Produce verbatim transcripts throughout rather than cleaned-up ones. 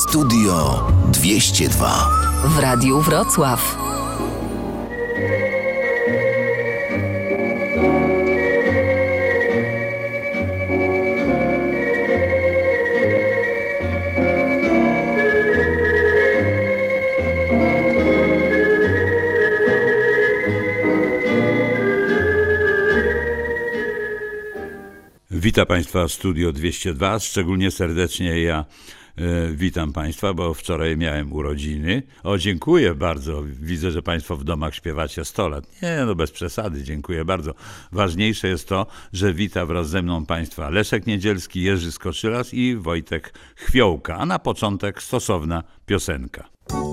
Studio dwieście dwa w Radiu Wrocław. Witam Państwa Studio dwieście dwa, szczególnie serdecznie ja e, witam Państwa, bo wczoraj miałem urodziny. O, dziękuję bardzo, widzę, że Państwo w domach śpiewacie sto lat. Nie, no bez przesady, dziękuję bardzo. Ważniejsze jest to, że wita wraz ze mną Państwa Leszek Niedzielski, Jerzy Skoczylas i Wojtek Chwiołka, a na początek stosowna piosenka.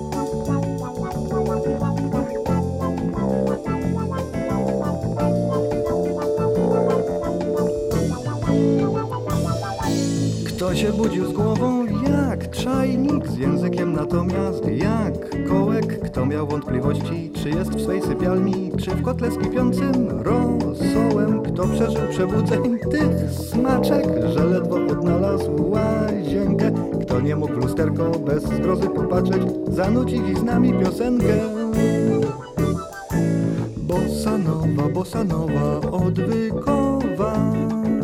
Kto się budził z głową jak czajnik, z językiem natomiast jak kołek? Kto miał wątpliwości, czy jest w swej sypialni, czy w kotle z kipiącym rosołem? Kto przeżył przebudzeń tych smaczek, że ledwo odnalazł łazienkę? Kto nie mógł w lusterko bez zgrozy popatrzeć, zanucić i z nami piosenkę? Bossa nowa, bossa nowa, odwykowa.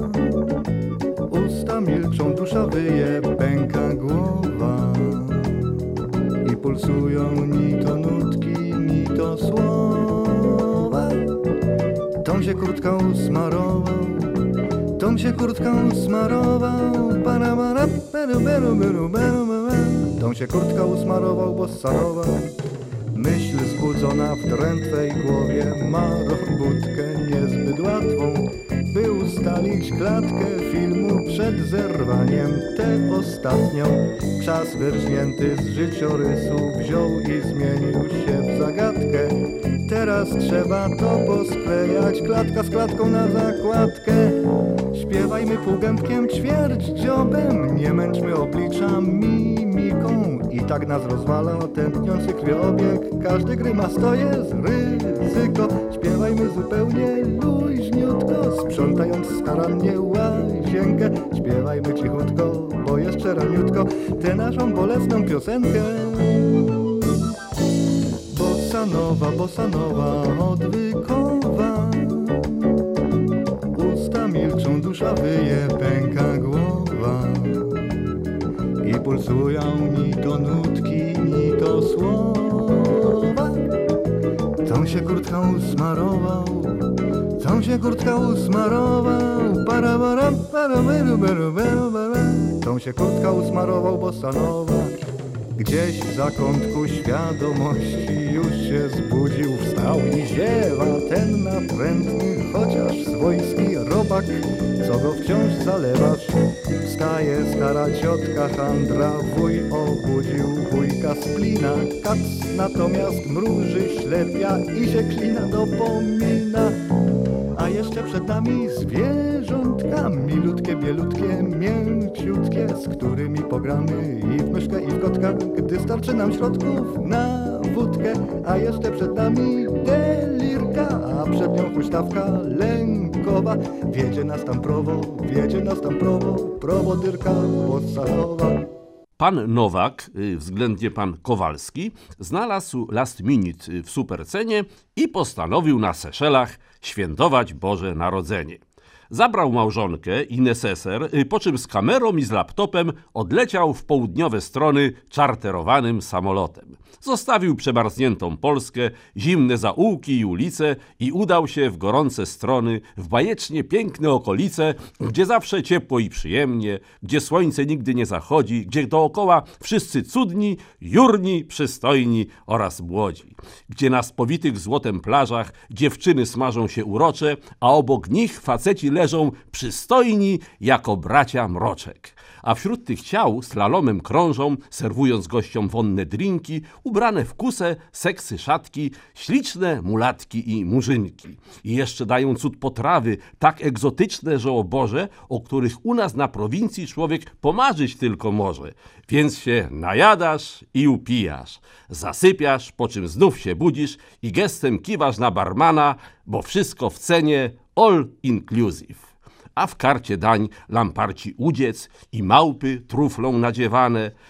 Usta milczą, dusza wyje, pęka głowa i pulsują ni to nutki, ni to słowa. Tom się kurtka usmarował, Tom się kurtka usmarował, para, para, beru, beru, beru, beru, beru. Tom się kurtka usmarował, bossa nowa. Myśl zbudzona w drętwej głowie ma robótkę niezbyt łatwą, by ustalić klatkę filmu przed zerwaniem tę ostatnią. Czas wyrżnięty z życiorysu wziął i zmienił się w zagadkę. Teraz trzeba to posklejać, klatka z klatką na zakładkę. Śpiewajmy półgębkiem, ćwierć dziobem, nie męczmy oblicza mimiką. I tak nas rozwala tętniący krwiobieg, każdy grymas to jest ryzyko. Śpiewajmy zupełnie luźniutko, sprzątając starannie łazienkę. Śpiewajmy cichutko, bo jeszcze raniutko, tę naszą bolesną piosenkę. Bossa nowa, bossa nowa, odwykowa. Usta milczą, dusza wyje, pęka głowa i pulsują ni to nutki, ni to słowa. Tom się kurtka usmarował, Tom się kurtka usmarował, para, para, para, beru, beru, beru, beru. Tom się kurtka usmarował, bossa nowa. Gdzieś w zakątku świadomości już się zbudził, wstał i ziewa ten natrętny, chociaż swojski robak, co go wciąż zalewasz. Wstaje stara ciotka handra, wuj obudził wujka splina. Kac natomiast mruży, ślepia i się klina dopomina. A jeszcze przed nami zwierzątka, milutkie, bielutkie, mięciutkie, z którymi pogramy i w myszkę, i w kotka, gdy starczy nam środków na wódkę. A jeszcze przed nami delirka, a przed nią huśtawka lękowa. Wiedzie nas tam prowo, wiedzie nas tam prowo, prowodyrka bossanowa. Pan Nowak, względnie pan Kowalski, znalazł last minute w supercenie i postanowił na Seszelach świętować Boże Narodzenie. Zabrał małżonkę i neseser, po czym z kamerą i z laptopem odleciał w południowe strony czarterowanym samolotem. Zostawił przemarzniętą Polskę, zimne zaułki i ulice i udał się w gorące strony, w bajecznie piękne okolice, gdzie zawsze ciepło i przyjemnie, gdzie słońce nigdy nie zachodzi, gdzie dookoła wszyscy cudni, jurni, przystojni oraz młodzi. Gdzie na spowitych złotem plażach dziewczyny smażą się urocze, a obok nich faceci leżą przystojni jako bracia Mroczek. A wśród tych ciał slalomem krążą, serwując gościom wonne drinki, ubrane w kusę, seksy szatki, śliczne mulatki i murzynki. I jeszcze dają cud potrawy, tak egzotyczne, że o Boże, o których u nas na prowincji człowiek pomarzyć tylko może. Więc się najadasz i upijasz. Zasypiasz, po czym znów się budzisz i gestem kiwasz na barmana, bo wszystko w cenie all inclusive. A w karcie dań lamparci udziec i małpy truflą nadziewane.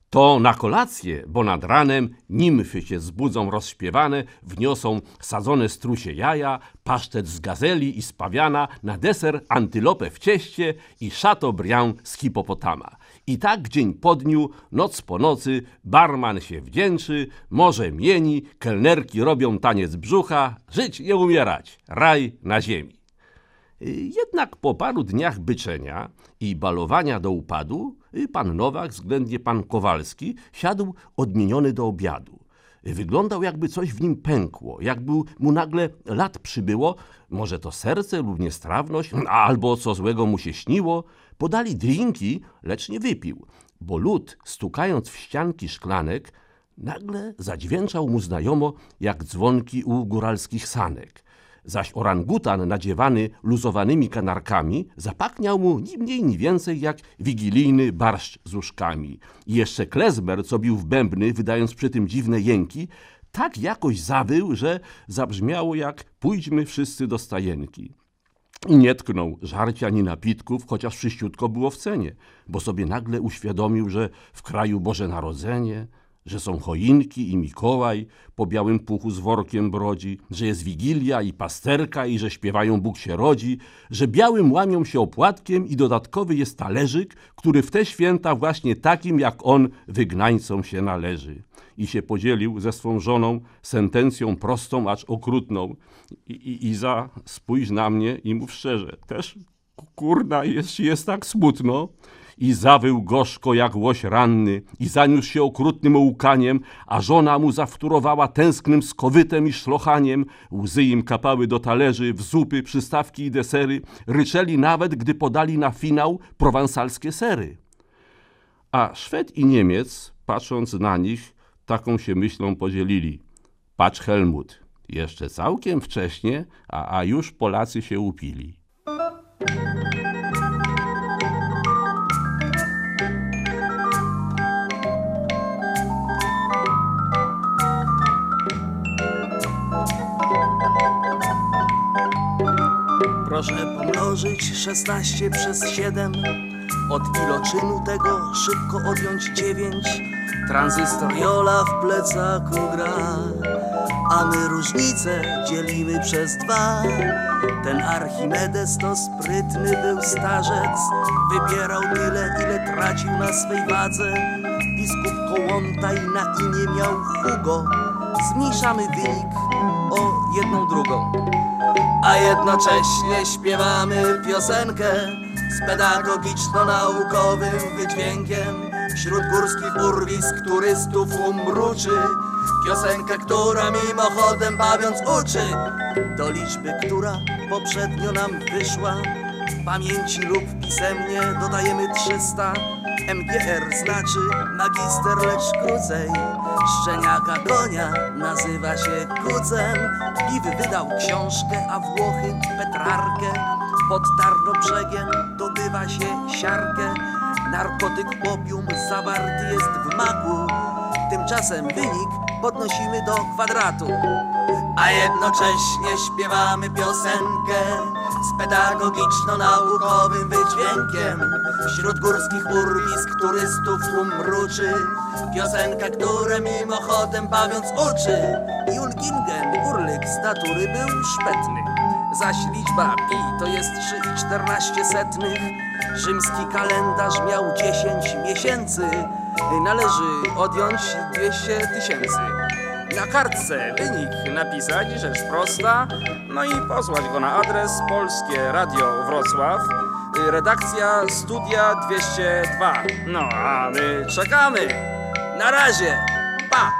To na kolację, bo nad ranem nimfy się zbudzą rozśpiewane, wniosą sadzone strusie jaja, pasztet z gazeli i z pawiana, na deser antylopę w cieście i chateaubriand z hipopotama. I tak dzień po dniu, noc po nocy, barman się wdzięczy, morze mieni, kelnerki robią taniec brzucha, żyć nie umierać, raj na ziemi. Jednak po paru dniach byczenia i balowania do upadu, pan Nowak, względnie pan Kowalski, siadł odmieniony do obiadu. Wyglądał, jakby coś w nim pękło, jakby mu nagle lat przybyło, może to serce lub niestrawność, albo co złego mu się śniło. Podali drinki, lecz nie wypił, bo lód, stukając w ścianki szklanek, nagle zadźwięczał mu znajomo jak dzwonki u góralskich sanek. Zaś orangutan nadziewany luzowanymi kanarkami zapachniał mu ni mniej ni więcej jak wigilijny barszcz z uszkami. I jeszcze klezmer, co bił w bębny, wydając przy tym dziwne jęki, tak jakoś zawył, że zabrzmiało jak pójdźmy wszyscy do stajenki. I nie tknął żarcia ani napitków, chociaż wszyściutko było w cenie, bo sobie nagle uświadomił, że w kraju Boże Narodzenie, że są choinki i Mikołaj po białym puchu z workiem brodzi, że jest Wigilia i pasterka i że śpiewają Bóg się rodzi, że białym łamią się opłatkiem i dodatkowy jest talerzyk, który w te święta właśnie takim jak on wygnańcom się należy. I się podzielił ze swą żoną sentencją prostą, acz okrutną. I, i, Iza, spójrz na mnie i mów szczerze, też kurna jest, jest tak smutno. I zawył gorzko jak łoś ranny i zaniósł się okrutnym łkaniem, a żona mu zawtórowała tęsknym skowytem i szlochaniem. Łzy im kapały do talerzy, w zupy, przystawki i desery, ryczeli nawet, gdy podali na finał prowansalskie sery. A Szwed i Niemiec, patrząc na nich, taką się myślą podzielili. Patrz Helmut, jeszcze całkiem wcześnie, a, a już Polacy się upili. Proszę pomnożyć szesnaście przez siedem, od iloczynu tego szybko odjąć dziewięć. Tranzystor Jola w plecaku gra, a my różnicę dzielimy przez dwa. Ten Archimedes to sprytny był starzec, wybierał tyle, ile tracił na swej wadze. Biskup Kołłątaj na imię miał Hugo. Zmniejszamy wynik o jedną drugą, a jednocześnie śpiewamy piosenkę z pedagogiczno-naukowym wydźwiękiem. Wśród górskich urwisk turystów umruczy piosenkę, która mimochodem bawiąc uczy do liczby, która poprzednio nam wyszła. W pamięci lub pisemnie dodajemy trzysta. M G R znaczy magister, lecz krócej. Szczeniaka konia nazywa się kucem. Piwy wydał książkę, a Włochy Petrarkę. Pod Tarnobrzegiem dobywa się siarkę. Narkotyk opium zawarty jest w maku. Tymczasem wynik podnosimy do kwadratu, a jednocześnie śpiewamy piosenkę z pedagogiczno-naukowym wydźwiękiem. Wśród górskich urwisk turystów umruczy piosenka, która mimochodem bawiąc uczy. Julgingen, urlyk z natury był szpetny, zaś liczba pi to jest trzy i czternaście setnych. Rzymski kalendarz miał dziesięć miesięcy, należy odjąć dwieście tysięcy. Na kartce wynik napisać, rzecz prosta, no i posłać go na adres Polskie Radio Wrocław, redakcja Studia dwieście dwa. No a my czekamy. Na razie. Pa!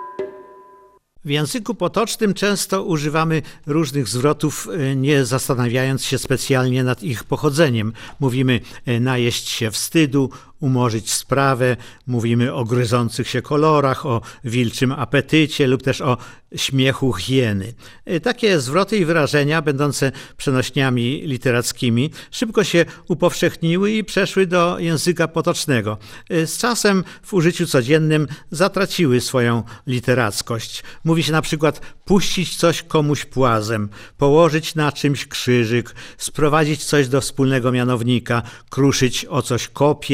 W języku potocznym często używamy różnych zwrotów, nie zastanawiając się specjalnie nad ich pochodzeniem. Mówimy najeść się wstydu, umorzyć sprawę, mówimy o gryzących się kolorach, o wilczym apetycie lub też o śmiechu hieny. Takie zwroty i wyrażenia, będące przenośniami literackimi, szybko się upowszechniły i przeszły do języka potocznego. Z czasem w użyciu codziennym zatraciły swoją literackość. Mówi się na przykład puścić coś komuś płazem, położyć na czymś krzyżyk, sprowadzić coś do wspólnego mianownika, kruszyć o coś kopię,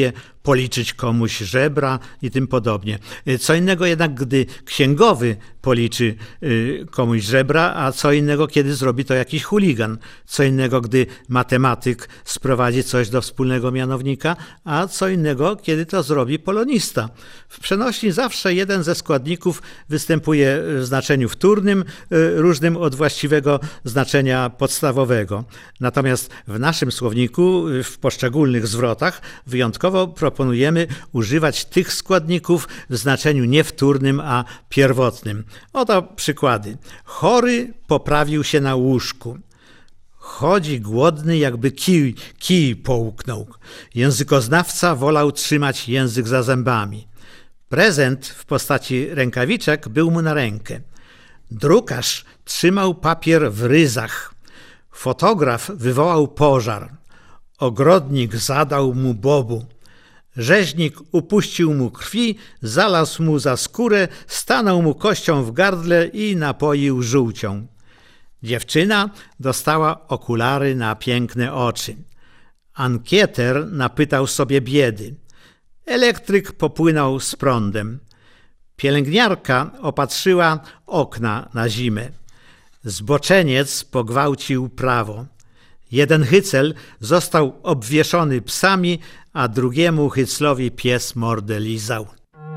policzyć komuś żebra i tym podobnie. Co innego jednak, gdy księgowy policzy komuś żebra, a co innego, kiedy zrobi to jakiś chuligan. Co innego, gdy matematyk sprowadzi coś do wspólnego mianownika, a co innego, kiedy to zrobi polonista. W przenośni zawsze jeden ze składników występuje w znaczeniu wtórnym, różnym od właściwego znaczenia podstawowego. Natomiast w naszym słowniku, w poszczególnych zwrotach, wyjątkowo proponujemy używać tych składników w znaczeniu nie wtórnym, a pierwotnym. Oto przykłady. Chory poprawił się na łóżku. Chodzi głodny, jakby kij, kij połknął. Językoznawca wolał trzymać język za zębami. Prezent w postaci rękawiczek był mu na rękę. Drukarz trzymał papier w ryzach. Fotograf wywołał pożar. Ogrodnik zadał mu bobu. Rzeźnik upuścił mu krwi, zalazł mu za skórę, stanął mu kością w gardle i napoił żółcią. Dziewczyna dostała okulary na piękne oczy. Ankieter napytał sobie biedy. Elektryk popłynął z prądem. Pielęgniarka opatrzyła okna na zimę. Zboczeniec pogwałcił prawo. Jeden hycel został obwieszony psami, a drugiemu hyclowi pies mordę lizał.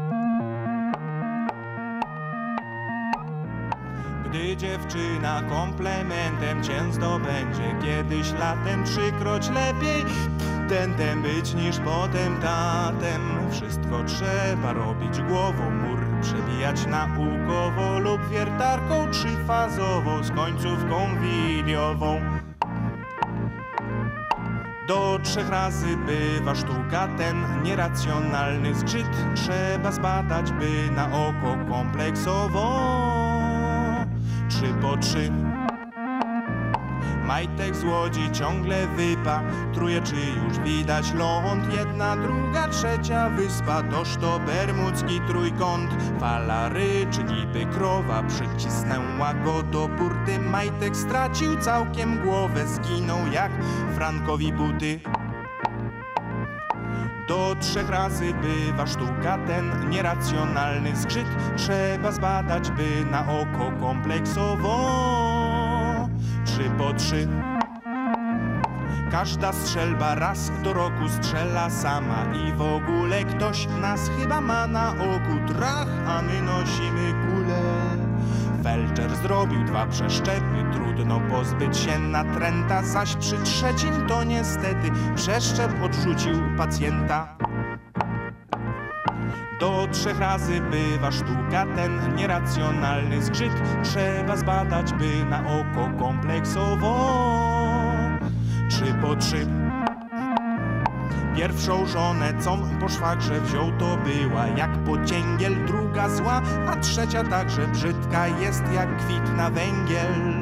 Gdy dziewczyna komplementem cię zdobędzie, kiedyś latem trzykroć lepiej tentem być niż potem tatem. Wszystko trzeba robić głową, mur przebijać naukowo lub wiertarką trzyfazową z końcówką wiliową. Do trzech razy bywa sztuka ten nieracjonalny zgrzyt. Trzeba zbadać, by na oko kompleksowo. Trzy po trzy. Majtek z Łodzi ciągle wypatruje, czy już widać ląd. Jedna, druga, trzecia wyspa, toż to bermudzki trójkąt. Fala ryczy niby krowa, przycisnęła go do burty. Majtek stracił całkiem głowę, zginął jak Frankowi buty. Do trzech razy bywa sztuka ten nieracjonalny zgrzyt. Trzeba zbadać, by na oko kompleksowo. Trzy po trzy. Każda strzelba raz do roku strzela sama i w ogóle ktoś nas chyba ma na oku trach, a my nosimy kulę. Felczer zrobił dwa przeszczepy, trudno pozbyć się natręta, zaś przy trzecim to niestety przeszczep odrzucił pacjenta. Do trzech razy bywa sztuka ten nieracjonalny zgrzyt. Trzeba zbadać, by na oko kompleksowo. Trzy po trzy. Pierwszą żonę, com po szwagrze wziął, to była jak pocięgiel, druga zła, a trzecia także brzydka jest jak kwit na węgiel.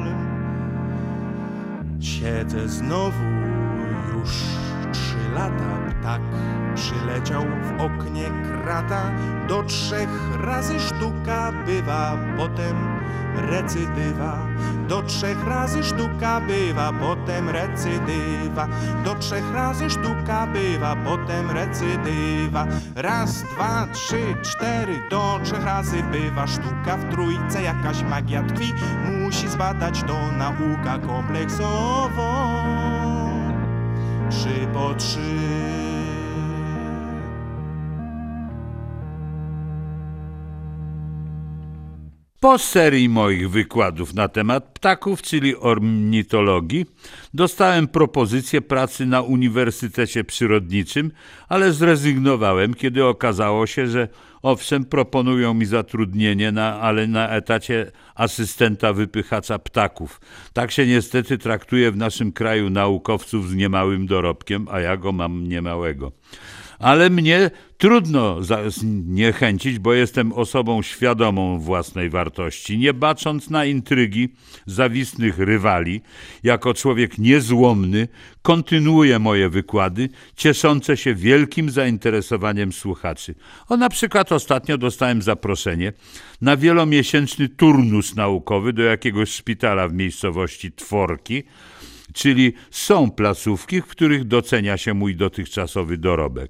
Siedzę znowu już trzy lata, ptak przyleciał w oknie krata. Do trzech razy sztuka bywa, potem recydywa. Do trzech razy sztuka bywa, potem recydywa. Do trzech razy sztuka bywa, potem recydywa. Raz, dwa, trzy, cztery, do trzech razy bywa sztuka. W trójce jakaś magia tkwi, musi zbadać to nauka kompleksowo. Trzy po trzy. Po serii moich wykładów na temat ptaków, czyli ornitologii, dostałem propozycję pracy na Uniwersytecie Przyrodniczym, ale zrezygnowałem, kiedy okazało się, że owszem, proponują mi zatrudnienie, na, ale na etacie asystenta wypychacza ptaków. Tak się niestety traktuje w naszym kraju naukowców z niemałym dorobkiem, a ja go mam niemałego. Ale mnie trudno zniechęcić, bo jestem osobą świadomą własnej wartości, nie bacząc na intrygi zawistnych rywali. Jako człowiek niezłomny kontynuuję moje wykłady, cieszące się wielkim zainteresowaniem słuchaczy. O, na przykład ostatnio dostałem zaproszenie na wielomiesięczny turnus naukowy do jakiegoś szpitala w miejscowości Tworki, czyli są placówki, w których docenia się mój dotychczasowy dorobek.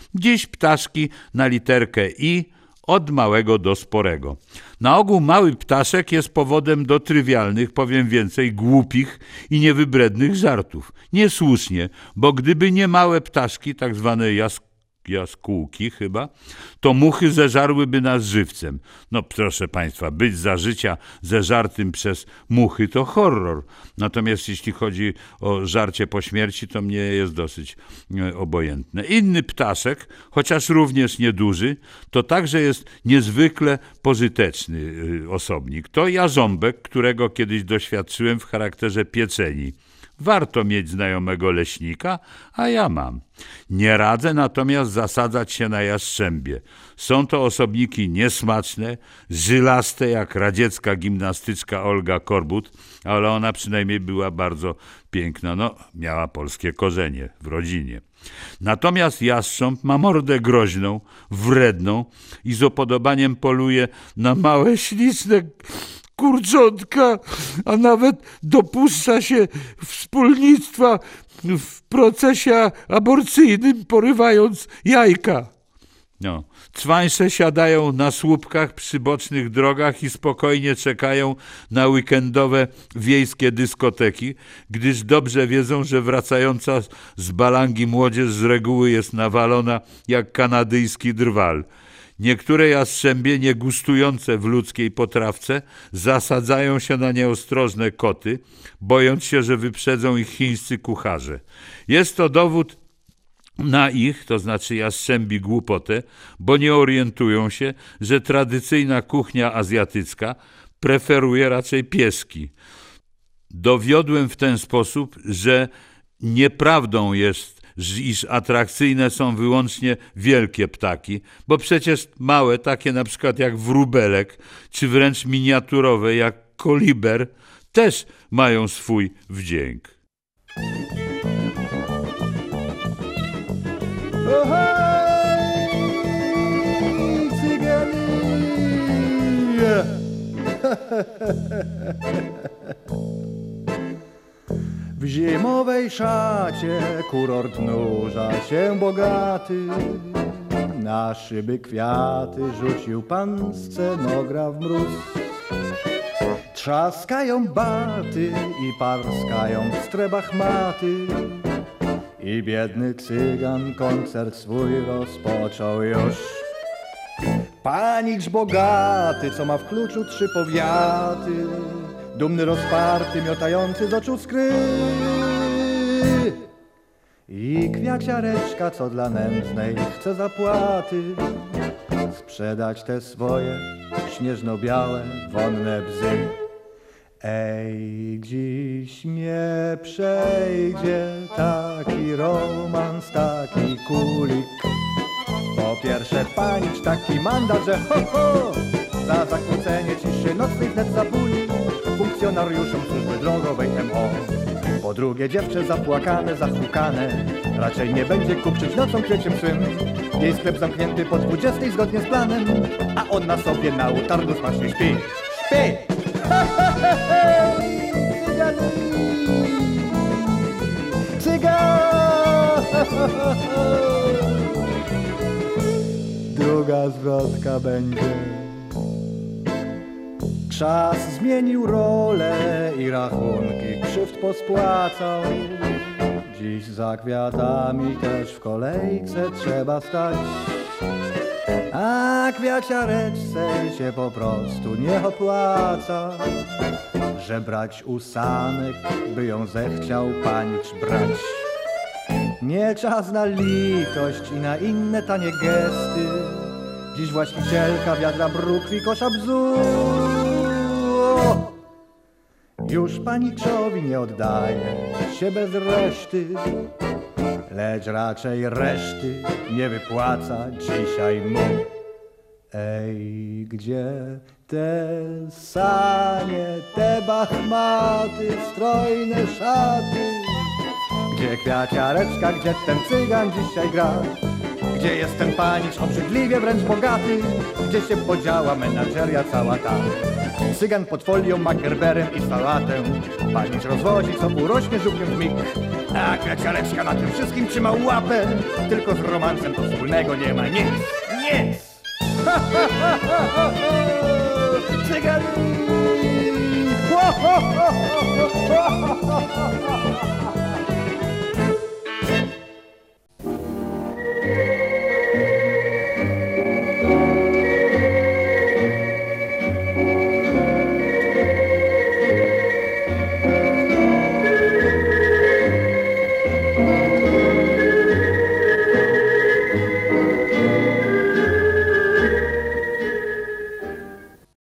Dziś ptaszki na literkę I, od małego do sporego. Na ogół mały ptaszek jest powodem do trywialnych, powiem więcej, głupich i niewybrednych żartów. Niesłusznie, bo gdyby nie małe ptaszki, tak zwane jask jaskółki chyba, to muchy zeżarłyby nas żywcem. No proszę Państwa, być za życia zeżartym przez muchy to horror. Natomiast jeśli chodzi o żarcie po śmierci, to mnie jest dosyć obojętne. Inny ptaszek, chociaż również nieduży, to także jest niezwykle pożyteczny osobnik. To jarząbek, którego kiedyś doświadczyłem w charakterze pieczeni. Warto mieć znajomego leśnika, a ja mam. Nie radzę natomiast zasadzać się na jastrzębie. Są to osobniki niesmaczne, żylaste jak radziecka gimnastyczka Olga Korbut, ale ona przynajmniej była bardzo piękna. No, miała polskie korzenie w rodzinie. Natomiast jastrząb ma mordę groźną, wredną i z upodobaniem poluje na małe, śliczne kurczątka, a nawet dopuszcza się wspólnictwa w procesie aborcyjnym, porywając jajka. No. Cwańsze siadają na słupkach przy bocznych drogach i spokojnie czekają na weekendowe wiejskie dyskoteki, gdyż dobrze wiedzą, że wracająca z balangi młodzież z reguły jest nawalona jak kanadyjski drwal. Niektóre jastrzębie, nie gustujące w ludzkiej potrawce, zasadzają się na nieostrożne koty, bojąc się, że wyprzedzą ich chińscy kucharze. Jest to dowód na ich, to znaczy jastrzębi, głupotę, bo nie orientują się, że tradycyjna kuchnia azjatycka preferuje raczej pieski. Dowiodłem w ten sposób, że nieprawdą jest, iż atrakcyjne są wyłącznie wielkie ptaki, bo przecież małe, takie na przykład jak wróbelek, czy wręcz miniaturowe jak koliber, też mają swój wdzięk. Oh, hej, cyganie! W zimowej szacie kurort nurza się bogaty. Na szyby kwiaty rzucił pan scenograf mróz. Trzaskają baty i parskają w strebach maty. I biedny cygan koncert swój rozpoczął już. Panicz bogaty, co ma w kluczu trzy powiaty, dumny, rozparty, miotający z oczu skry. I kwiaciareczka, co dla nędznej chce zapłaty, sprzedać te swoje śnieżno-białe, wonne bzy. Ej, dziś mnie przejdzie taki romans, taki kulik. Po pierwsze panicz taki mandat, że ho, ho, za zakłócenie ciszy nocnej wnet zapuli funkcjonariuszom służby drogowej M O. Po drugie dziewczę zapłakane, zahukane, raczej nie będzie kupczyć nocą kwieciem swym. Jej sklep zamknięty po dwudziestej zgodnie z planem, a on na sobie na utargu smacznie śpi. Śpi! Cygany! Cygan! Druga zwrotka będzie. Czas zmienił rolę i rachunki krzywd pospłacał. Dziś za kwiatami też w kolejce trzeba stać. A kwiaciareczce się po prostu nie opłaca. Żebrać ósamek, by ją zechciał panicz brać. Nie czas na litość i na inne tanie gesty. Dziś właścicielka wiadra brukwi kosza bzu. Już paniczowi nie oddaje się bez reszty, lecz raczej reszty nie wypłaca dzisiaj mu. Ej, gdzie te sanie, te bachmaty, strojne szaty? Gdzie kwiaciareczka, gdzie ten cygan dzisiaj gra? Gdzie jest ten panicz obrzydliwie wręcz bogaty? Gdzie się podziała menadżeria cała ta? Cygan pod folią ma gerberem i sałatę. Panicz rozwozi, co urośnie żółkiem w mig. A kwiaciareczka na tym wszystkim trzyma łapę. Tylko z romansem to wspólnego nie ma nic, nic! Ha, ha, ha, ha, ha, ha. Cygan! Ho, ho, ho, ho, ho, ho, ho.